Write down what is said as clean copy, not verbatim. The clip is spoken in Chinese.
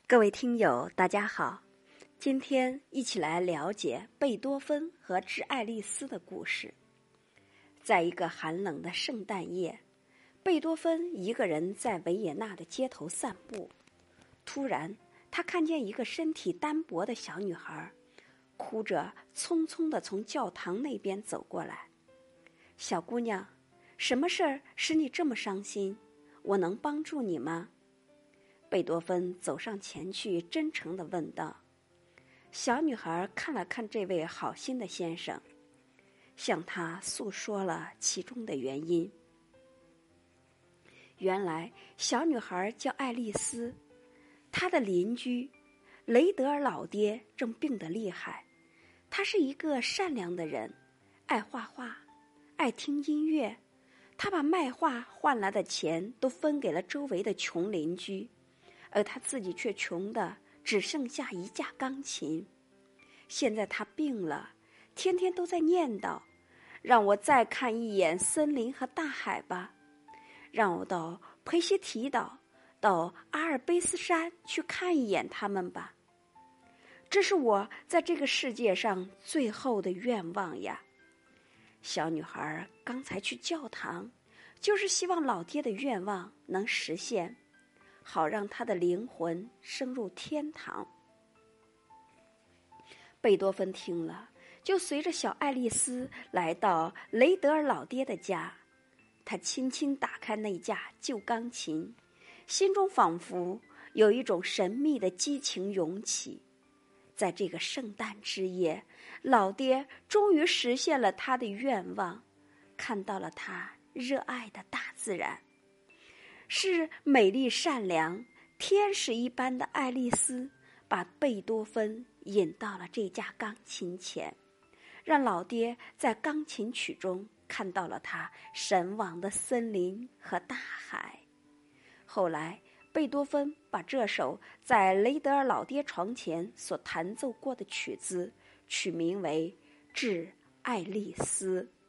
各位听友，大家好，今天一起来了解贝多芬和致爱丽丝的故事。在一个寒冷的圣诞夜，贝多芬一个人在维也纳的街头散步。突然，他看见一个身体单薄的小女孩，哭着匆匆地从教堂那边走过来。小姑娘，什么事儿使你这么伤心？我能帮助你吗？贝多芬走上前去，真诚地问道。小女孩看了看这位好心的先生，向他诉说了其中的原因。原来，小女孩叫爱丽丝，她的邻居雷德尔老爹正病得厉害。他是一个善良的人，爱画画，爱听音乐。他把卖画换来的钱都分给了周围的穷邻居，而他自己却穷得只剩下一架钢琴。现在他病了，天天都在念叨，让我再看一眼森林和大海吧，让我到培西提岛，到阿尔卑斯山去看一眼他们吧。这是我在这个世界上最后的愿望呀。小女孩刚才去教堂，就是希望老爹的愿望能实现，好让他的灵魂升入天堂。贝多芬听了，就随着小爱丽丝来到雷德尔老爹的家。他轻轻打开那架旧钢琴，心中仿佛有一种神秘的激情涌起。在这个圣诞之夜，老爹终于实现了他的愿望，看到了他热爱的大自然。是美丽善良、天使一般的爱丽丝把贝多芬引到了这架钢琴前，让老爹在钢琴曲中看到了他神往的森林和大海。后来，贝多芬把这首在雷德尔老爹床前所弹奏过的曲子取名为《致爱丽丝》。